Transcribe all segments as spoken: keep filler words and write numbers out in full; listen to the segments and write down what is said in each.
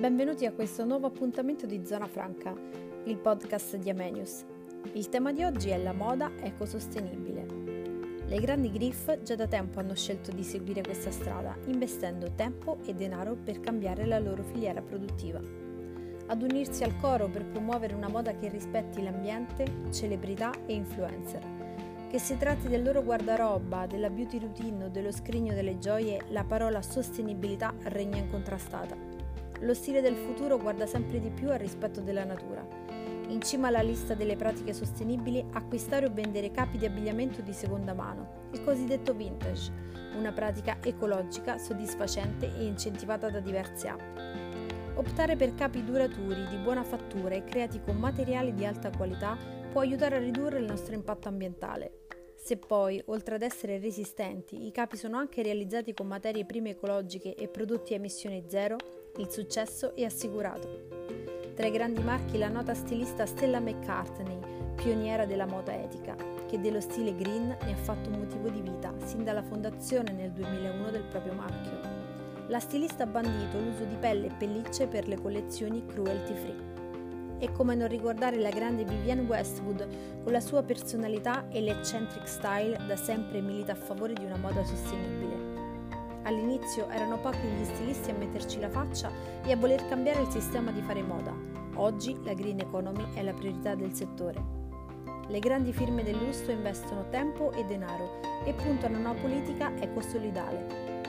Benvenuti a questo nuovo appuntamento di Zona Franca, il podcast di Amenius. Il tema di oggi è la moda ecosostenibile. Le grandi Griff già da tempo hanno scelto di seguire questa strada, investendo tempo e denaro per cambiare la loro filiera produttiva. Ad unirsi al coro per promuovere una moda che rispetti l'ambiente, celebrità e influencer. Che si tratti del loro guardaroba, della beauty routine o dello scrigno delle gioie, la parola sostenibilità regna incontrastata. Lo stile del futuro guarda sempre di più al rispetto della natura. In cima alla lista delle pratiche sostenibili, acquistare o vendere capi di abbigliamento di seconda mano, il cosiddetto vintage, una pratica ecologica, soddisfacente e incentivata da diverse app. Optare per capi duraturi, di buona fattura e creati con materiali di alta qualità può aiutare a ridurre il nostro impatto ambientale. Se poi, oltre ad essere resistenti, i capi sono anche realizzati con materie prime ecologiche e prodotti a emissioni zero, il successo è assicurato. Tra i grandi marchi la nota stilista Stella McCartney, pioniera della moda etica, che dello stile green ne ha fatto un motivo di vita sin dalla fondazione nel duemilauno del proprio marchio. La stilista ha bandito l'uso di pelle e pellicce per le collezioni cruelty free. E come non ricordare la grande Vivienne Westwood con la sua personalità e l'eccentric style da sempre milita a favore di una moda sostenibile. All'inizio erano pochi gli stilisti a metterci la faccia e a voler cambiare il sistema di fare moda. Oggi la green economy è la priorità del settore. Le grandi firme del lusso investono tempo e denaro e puntano a una politica ecosolidale.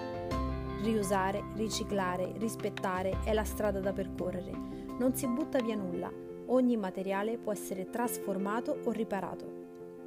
Riusare, riciclare, rispettare è la strada da percorrere. Non si butta via nulla. Ogni materiale può essere trasformato o riparato.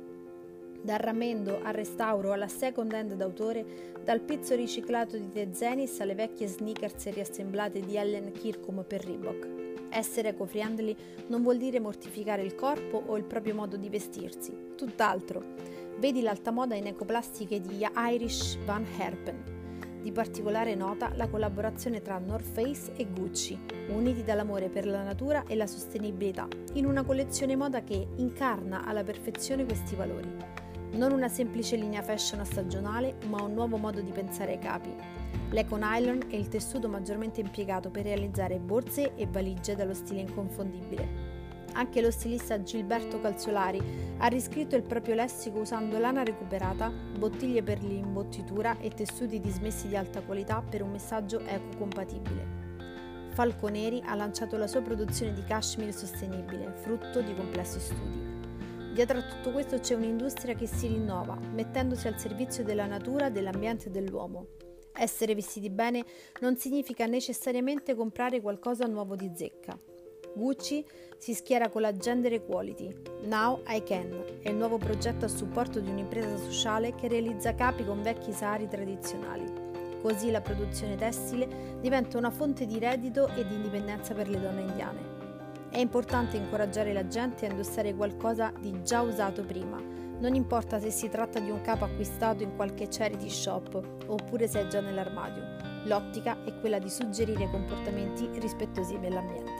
Dal rammendo al restauro alla second hand d'autore, dal pezzo riciclato di The Zenith alle vecchie sneakers riassemblate di Ellen Kirkcom per Reebok. Essere eco-friendly non vuol dire mortificare il corpo o il proprio modo di vestirsi, tutt'altro. Vedi l'alta moda in ecoplastiche di Irish Van Herpen. Di particolare nota la collaborazione tra North Face e Gucci, uniti dall'amore per la natura e la sostenibilità, in una collezione moda che incarna alla perfezione questi valori. Non una semplice linea fashion stagionale, ma un nuovo modo di pensare ai capi. L'Eco Nylon è il tessuto maggiormente impiegato per realizzare borse e valigie dallo stile inconfondibile. Anche lo stilista Gilberto Calzolari ha riscritto il proprio lessico usando lana recuperata, bottiglie per l'imbottitura e tessuti dismessi di alta qualità per un messaggio eco-compatibile. Falconeri ha lanciato la sua produzione di cashmere sostenibile, frutto di complessi studi. Dietro a tutto questo c'è un'industria che si rinnova, mettendosi al servizio della natura, dell'ambiente e dell'uomo. Essere vestiti bene non significa necessariamente comprare qualcosa nuovo di zecca. Gucci si schiera con la Gender Equality. Now I Can è il nuovo progetto a supporto di un'impresa sociale che realizza capi con vecchi sari tradizionali. Così la produzione tessile diventa una fonte di reddito e di indipendenza per le donne indiane. È importante incoraggiare la gente a indossare qualcosa di già usato prima, non importa se si tratta di un capo acquistato in qualche charity shop oppure se è già nell'armadio. L'ottica è quella di suggerire comportamenti rispettosi dell'ambiente.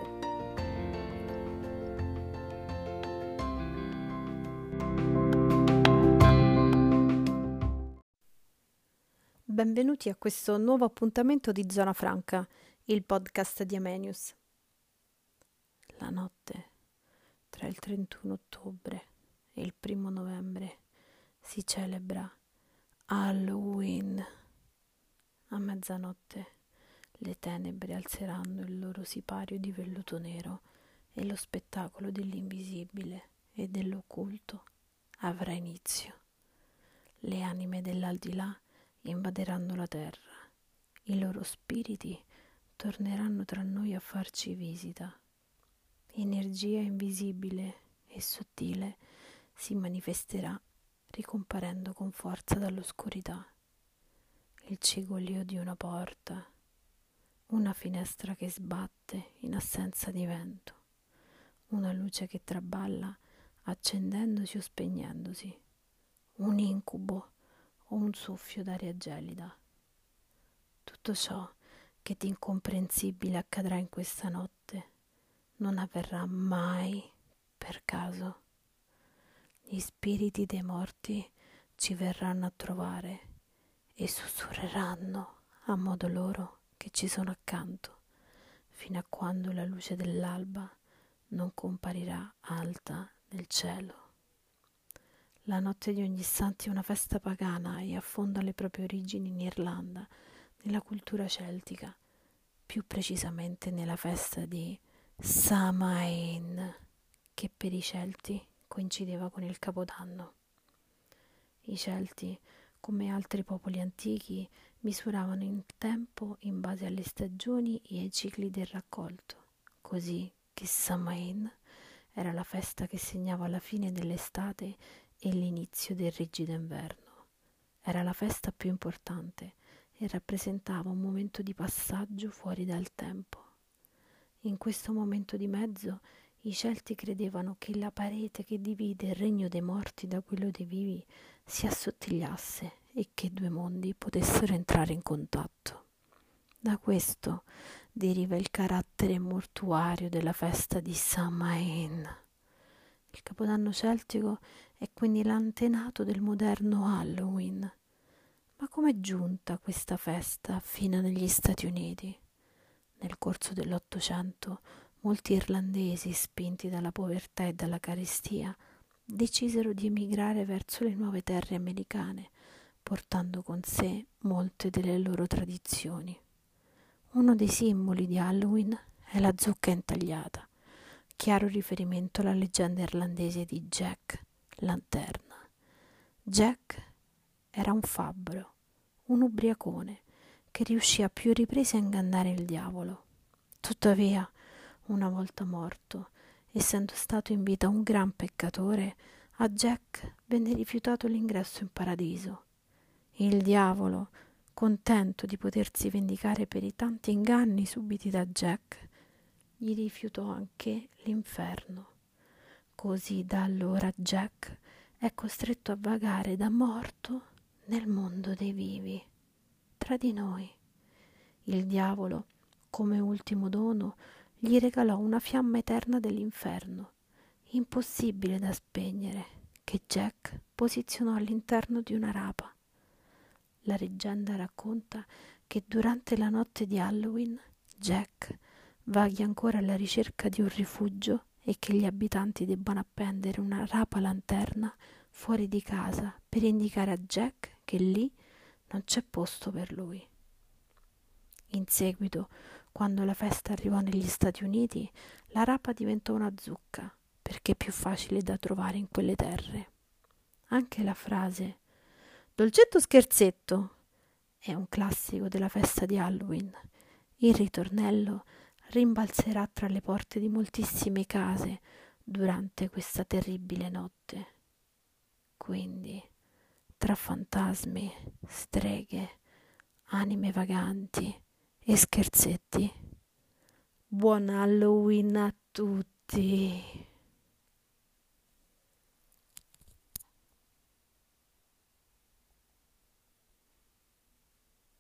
Benvenuti a questo nuovo appuntamento di Zona Franca, il podcast di Amenius. La notte tra il trentuno ottobre e il primo novembre si celebra Halloween. A mezzanotte le tenebre alzeranno il loro sipario di velluto nero e lo spettacolo dell'invisibile e dell'occulto avrà inizio. Le anime dell'aldilà invaderanno la terra, i loro spiriti torneranno tra noi a farci visita. Energia invisibile e sottile si manifesterà ricomparendo con forza dall'oscurità. Il cigolio di una porta, una finestra che sbatte in assenza di vento, una luce che traballa accendendosi o spegnendosi, un incubo o un soffio d'aria gelida. Tutto ciò che di incomprensibile accadrà in questa notte non avverrà mai per caso. Gli spiriti dei morti ci verranno a trovare e sussurreranno a modo loro che ci sono accanto, fino a quando la luce dell'alba non comparirà alta nel cielo. La notte di ogni santo è una festa pagana e affonda le proprie origini in Irlanda, nella cultura celtica, più precisamente nella festa di Samain, che per i Celti coincideva con il Capodanno. I Celti, come altri popoli antichi, misuravano il tempo in base alle stagioni e ai cicli del raccolto, così che Samain era la festa che segnava la fine dell'estate e l'inizio del rigido inverno. Era la festa più importante e rappresentava un momento di passaggio fuori dal tempo. In questo momento di mezzo i Celti credevano che la parete che divide il regno dei morti da quello dei vivi si assottigliasse e che due mondi potessero entrare in contatto. Da questo deriva il carattere mortuario della festa di Samain. Il Capodanno celtico è quindi l'antenato del moderno Halloween. Ma com'è giunta questa festa fino negli Stati Uniti? Nel corso dell'Ottocento molti irlandesi, spinti dalla povertà e dalla carestia, decisero di emigrare verso le nuove terre americane, portando con sé molte delle loro tradizioni. Uno dei simboli di Halloween è la zucca intagliata, chiaro riferimento alla leggenda irlandese di Jack Lanterna. Jack era un fabbro, un ubriacone, che riuscì a più riprese a ingannare il diavolo. Tuttavia, una volta morto, essendo stato in vita un gran peccatore, a Jack venne rifiutato l'ingresso in paradiso. Il diavolo, contento di potersi vendicare per i tanti inganni subiti da Jack, gli rifiutò anche l'inferno. Così da allora Jack è costretto a vagare da morto nel mondo dei vivi, tra di noi. Il diavolo, come ultimo dono, gli regalò una fiamma eterna dell'inferno, impossibile da spegnere, che Jack posizionò all'interno di una rapa. La leggenda racconta che durante la notte di Halloween Jack vaghi ancora alla ricerca di un rifugio e che gli abitanti debbano appendere una rapa lanterna fuori di casa per indicare a Jack che lì non c'è posto per lui. In seguito, quando la festa arrivò negli Stati Uniti, la rapa diventò una zucca perché è più facile da trovare in quelle terre. Anche la frase "dolcetto scherzetto" è un classico della festa di Halloween. Il ritornello rimbalzerà tra le porte di moltissime case durante questa terribile notte. Quindi, tra fantasmi, streghe, anime vaganti e scherzetti, buon Halloween a tutti!